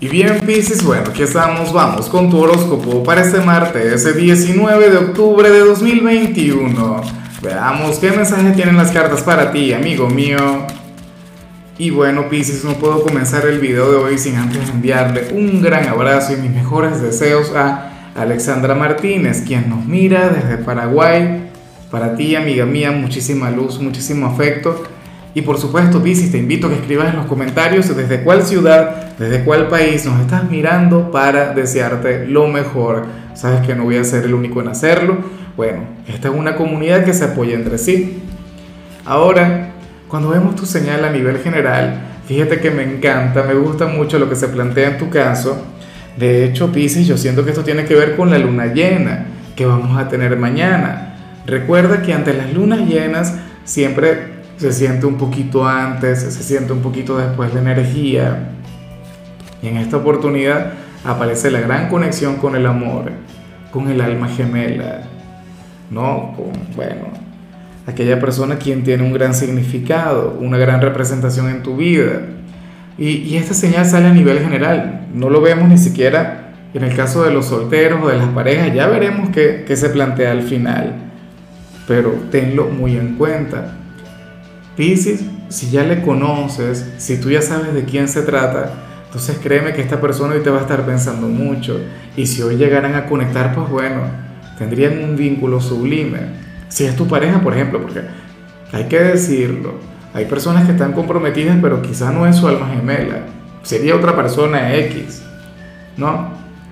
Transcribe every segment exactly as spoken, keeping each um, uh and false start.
Y bien, Piscis, bueno, aquí estamos, vamos con tu horóscopo para este martes, diecinueve de octubre de dos mil veintiuno. Veamos qué mensaje tienen las cartas para ti, amigo mío. Y bueno, Piscis, no puedo comenzar el video de hoy sin antes enviarle un gran abrazo y mis mejores deseos a Alexandra Martínez, quien nos mira desde Paraguay. Para ti, amiga mía, muchísima luz, muchísimo afecto. Y por supuesto, Piscis, te invito a que escribas en los comentarios desde cuál ciudad, desde cuál país nos estás mirando para desearte lo mejor. Sabes que no voy a ser el único en hacerlo. Bueno, esta es una comunidad que se apoya entre sí. Ahora, cuando vemos tu señal a nivel general, fíjate que me encanta, me gusta mucho lo que se plantea en tu caso. De hecho, Piscis, yo siento que esto tiene que ver con la luna llena que vamos a tener mañana. Recuerda que ante las lunas llenas siempre se siente un poquito antes, se siente un poquito después la energía. Y en esta oportunidad aparece la gran conexión con el amor, con el alma gemela, ¿no? Con, bueno, aquella persona quien tiene un gran significado, una gran representación en tu vida. Y, y esta señal sale a nivel general, no lo vemos ni siquiera en el caso de los solteros o de las parejas, ya veremos qué, qué se plantea al final, pero tenlo muy en cuenta. Piscis, si ya le conoces, si tú ya sabes de quién se trata, entonces créeme que esta persona hoy te va a estar pensando mucho. Y si hoy llegaran a conectar, pues bueno, tendrían un vínculo sublime. Si es tu pareja, por ejemplo, porque hay que decirlo, hay personas que están comprometidas, pero quizá no es su alma gemela. Sería otra persona X, ¿no?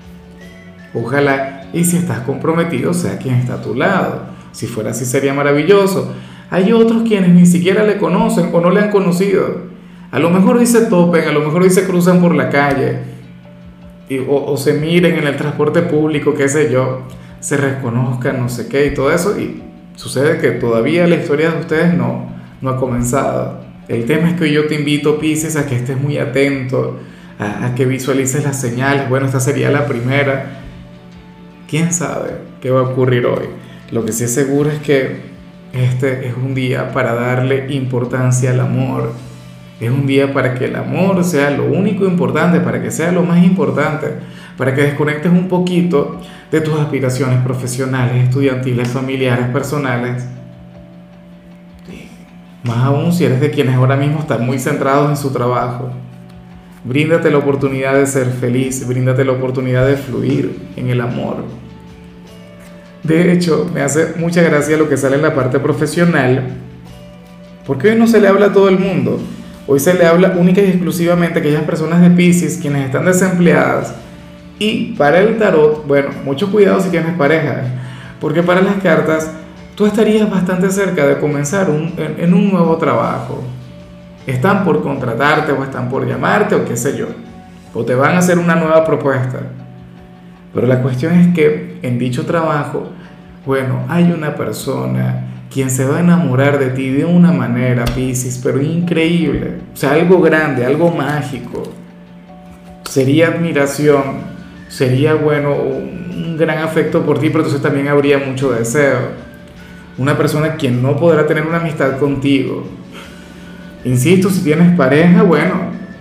Ojalá, y si estás comprometido, sea quien está a tu lado. Si fuera así, sería maravilloso. Hay otros quienes ni siquiera le conocen o no le han conocido. A lo mejor hoy se topen, a lo mejor hoy se cruzan por la calle y, o, o se miren en el transporte público, qué sé yo, se reconozcan, no sé qué y todo eso. Y sucede que todavía la historia de ustedes no, no ha comenzado. El tema es que hoy yo te invito, Piscis, a que estés muy atento, a, a que visualices las señales. Bueno, esta sería la primera. ¿Quién sabe qué va a ocurrir hoy? Lo que sí es seguro es que este es un día para darle importancia al amor. Es un día para que el amor sea lo único importante, para que sea lo más importante, para que desconectes un poquito de tus aspiraciones profesionales, estudiantiles, familiares, personales. Más aún si eres de quienes ahora mismo están muy centrados en su trabajo. Bríndate la oportunidad de ser feliz, bríndate la oportunidad de fluir en el amor. De hecho, me hace mucha gracia lo que sale en la parte profesional, porque hoy no se le habla a todo el mundo. Hoy se le habla única y exclusivamente a aquellas personas de Piscis quienes están desempleadas. Y para el tarot, bueno, mucho cuidado si tienes pareja, porque para las cartas tú estarías bastante cerca de comenzar un, en, en un nuevo trabajo. Están por contratarte o están por llamarte o qué sé yo, o te van a hacer una nueva propuesta. Pero la cuestión es que en dicho trabajo, bueno, hay una persona quien se va a enamorar de ti de una manera, Piscis, pero increíble. O sea, algo grande, algo mágico. Sería admiración, sería, bueno, un gran afecto por ti, pero entonces también habría mucho deseo. Una persona quien no podrá tener una amistad contigo. Insisto, si tienes pareja, bueno,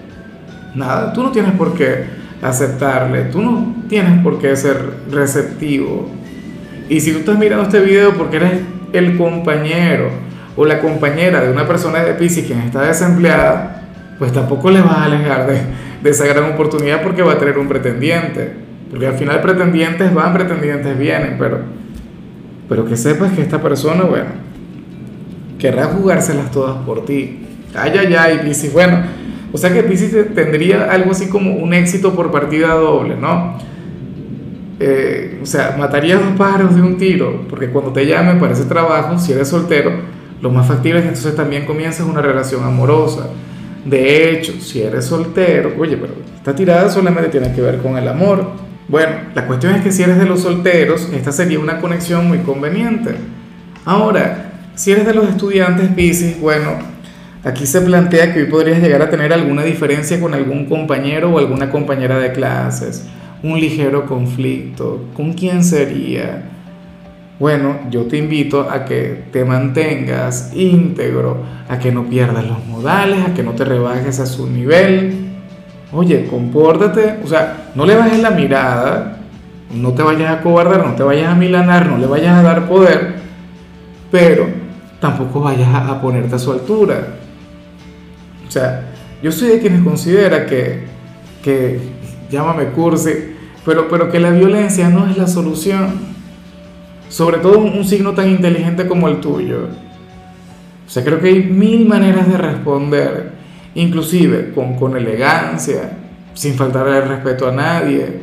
nada, tú no tienes por qué aceptarle, tú no tienes por qué ser receptivo. Y si tú estás mirando este video porque eres el compañero o la compañera de una persona de Piscis quien está desempleada, pues tampoco le vas a alejar de, de esa gran oportunidad, porque va a tener un pretendiente, porque al final pretendientes van, pretendientes vienen, pero, pero que sepas que esta persona, bueno, querrá jugárselas todas por ti. Ay, ay, ay, Piscis, bueno, o sea que Piscis tendría algo así como un éxito por partida doble, ¿no? Eh, o sea, matarías dos pájaros de un tiro, porque cuando te llamen para ese trabajo, si eres soltero, lo más factible es que entonces también comiences una relación amorosa. De hecho, si eres soltero, oye, pero esta tirada solamente tiene que ver con el amor. Bueno, la cuestión es que si eres de los solteros, esta sería una conexión muy conveniente. Ahora, si eres de los estudiantes, Piscis, bueno, aquí se plantea que hoy podrías llegar a tener alguna diferencia con algún compañero o alguna compañera de clases, un ligero conflicto. ¿Con quién sería? Bueno, yo te invito a que te mantengas íntegro, a que no pierdas los modales, a que no te rebajes a su nivel. Oye, compórtate, o sea, no le bajes la mirada, no te vayas a cobardar, no te vayas a milanar, no le vayas a dar poder, pero tampoco vayas a, a ponerte a su altura. O sea, yo soy de quienes considera que, que llámame cursi, pero, pero que la violencia no es la solución, sobre todo un, un signo tan inteligente como el tuyo. O sea, creo que hay mil maneras de responder, inclusive con, con elegancia, sin faltarle el respeto a nadie.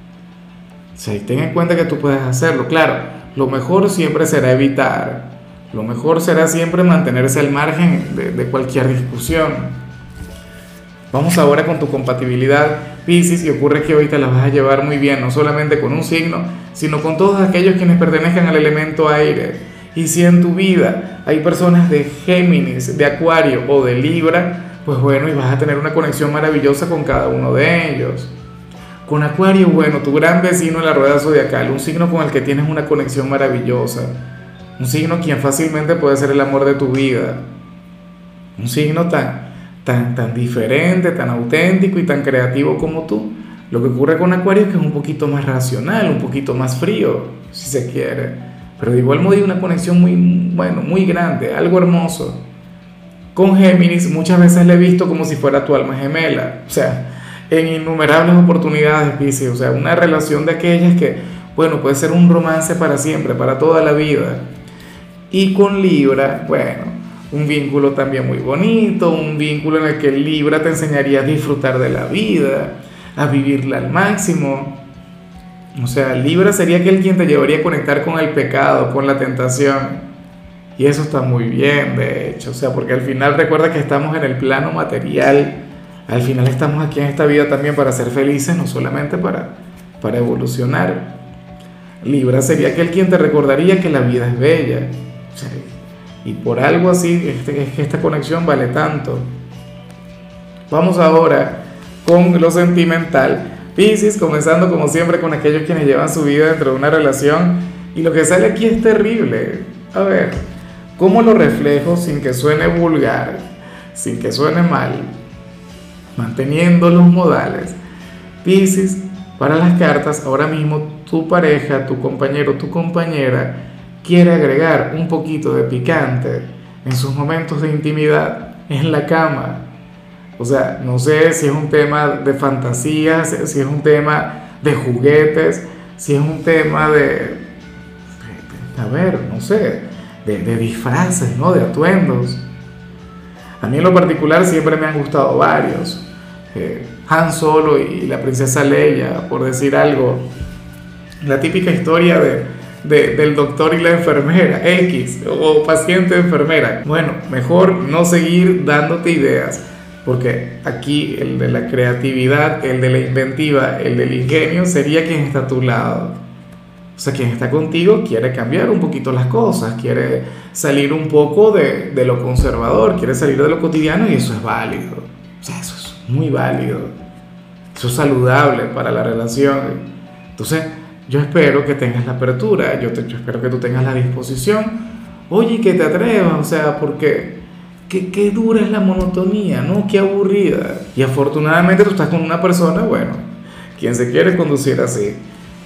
O sea, y ten en cuenta que tú puedes hacerlo. Claro, lo mejor siempre será evitar, lo mejor será siempre mantenerse al margen de, de cualquier discusión. Vamos ahora con tu compatibilidad, Piscis, y ocurre que hoy te la vas a llevar muy bien, no solamente con un signo, sino con todos aquellos quienes pertenezcan al elemento aire. Y si en tu vida hay personas de Géminis, de Acuario o de Libra, pues bueno, y vas a tener una conexión maravillosa con cada uno de ellos. Con Acuario, bueno, tu gran vecino en la rueda zodiacal, un signo con el que tienes una conexión maravillosa, un signo quien fácilmente puede ser el amor de tu vida, un signo tan, tan, tan diferente, tan auténtico y tan creativo como tú. Lo que ocurre con Acuario es que es un poquito más racional, un poquito más frío, si se quiere. Pero de igual modo hay una conexión muy, bueno, muy grande, algo hermoso. Con Géminis muchas veces le he visto como si fuera tu alma gemela, o sea, en innumerables oportunidades, Piscis, o sea, una relación de aquellas que, bueno, puede ser un romance para siempre, para toda la vida. Y con Libra, bueno, un vínculo también muy bonito, un vínculo en el que Libra te enseñaría a disfrutar de la vida, a vivirla al máximo. O sea, Libra sería aquel quien te llevaría a conectar con el pecado, con la tentación. Y eso está muy bien, de hecho. O sea, porque al final recuerda que estamos en el plano material. Al final estamos aquí en esta vida también para ser felices, no solamente para, para evolucionar. Libra sería aquel quien te recordaría que la vida es bella. O sea, y por algo así este, es que esta conexión vale tanto. Vamos ahora con lo sentimental. Piscis, comenzando como siempre con aquellos quienes llevan su vida dentro de una relación, y lo que sale aquí es terrible. A ver, ¿cómo lo reflejo sin que suene vulgar, sin que suene mal, manteniendo los modales? Piscis, para las cartas, ahora mismo tu pareja, tu compañero, tu compañera quiere agregar un poquito de picante en sus momentos de intimidad en la cama. O sea, no sé si es un tema de fantasías, si es un tema de juguetes, si es un tema de, de, de a ver, no sé, de, de disfraces, ¿no? De atuendos. A mí en lo particular siempre me han gustado varios. Eh, Han Solo y la princesa Leia, por decir algo. La típica historia de, de, del doctor y la enfermera, X, o paciente enfermera. Bueno, mejor no seguir dándote ideas. Porque aquí el de la creatividad, el de la inventiva, el del ingenio sería quien está a tu lado. O sea, quien está contigo quiere cambiar un poquito las cosas, quiere salir un poco de, de lo conservador, quiere salir de lo cotidiano, y eso es válido. O sea, eso es muy válido. Eso es saludable para la relación. Entonces, yo espero que tengas la apertura, yo, te, yo espero que tú tengas la disposición. Oye, que te atrevas, o sea, porque... Qué, qué dura es la monotonía, ¿no? Qué aburrida. Y afortunadamente tú estás con una persona, bueno, quien se quiere conducir así.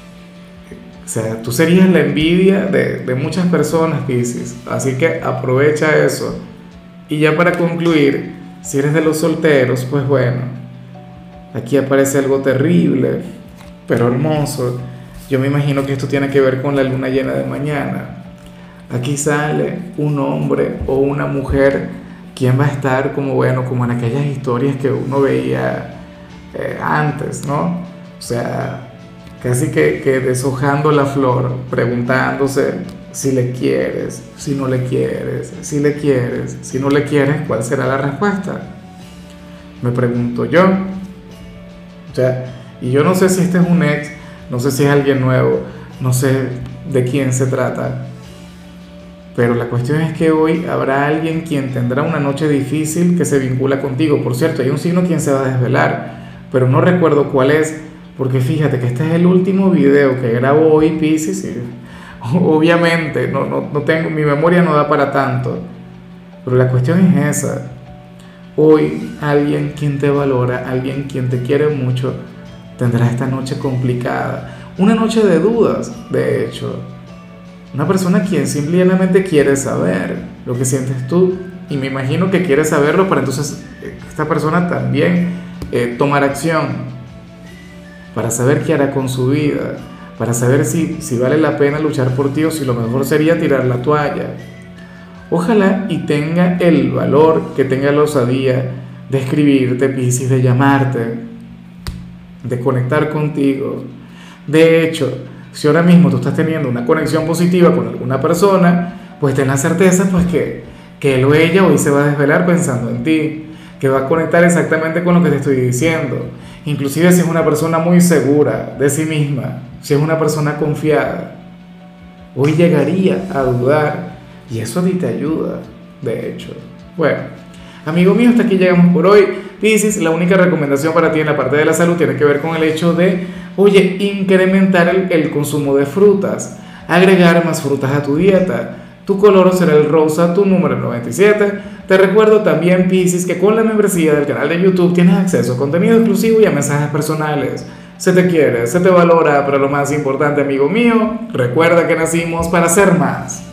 O sea, tú serías la envidia de, de muchas personas, Piscis. Así que aprovecha eso. Y ya para concluir, si eres de los solteros, pues bueno, aquí aparece algo terrible, pero hermoso. Yo me imagino que esto tiene que ver con la luna llena de mañana. Aquí sale un hombre o una mujer. ¿Quién va a estar como, bueno, como en aquellas historias que uno veía eh, antes, ¿no? O sea, casi que, que deshojando la flor, preguntándose si le quieres, si no le quieres, si le quieres, si no le quieres, ¿cuál será la respuesta? Me pregunto yo. O sea, y yo no sé si este es un ex, no sé si es alguien nuevo, no sé de quién se trata. Pero la cuestión es que hoy habrá alguien quien tendrá una noche difícil que se vincula contigo. Por cierto, hay un signo quien se va a desvelar, pero no recuerdo cuál es, porque fíjate que este es el último video que grabo hoy, Piscis, y obviamente no, no, no tengo, mi memoria no da para tanto, pero la cuestión es esa. Hoy alguien quien te valora, alguien quien te quiere mucho, tendrá esta noche complicada. Una noche de dudas, de hecho. Una persona quien simplemente quiere saber lo que sientes tú. Y me imagino que quiere saberlo para entonces esta persona también eh, tomar acción. Para saber qué hará con su vida. Para saber si, si vale la pena luchar por ti o si lo mejor sería tirar la toalla. Ojalá y tenga el valor, que tenga la osadía de escribirte, Piscis, de llamarte, de conectar contigo. De hecho, si ahora mismo tú estás teniendo una conexión positiva con alguna persona, pues ten la certeza pues que, que él o ella hoy se va a desvelar pensando en ti, que va a conectar exactamente con lo que te estoy diciendo. Inclusive si es una persona muy segura de sí misma, si es una persona confiada, hoy llegaría a dudar. Y eso a ti te ayuda, de hecho. Bueno, amigo mío, hasta aquí llegamos por hoy. Piscis, la única recomendación para ti en la parte de la salud tiene que ver con el hecho de, oye, incrementar el, el consumo de frutas, agregar más frutas a tu dieta. Tu color será el rosa, tu número noventa y siete. Te recuerdo también, Piscis, que con la membresía del canal de YouTube tienes acceso a contenido exclusivo y a mensajes personales. Se te quiere, se te valora, pero lo más importante, amigo mío, recuerda que nacimos para ser más.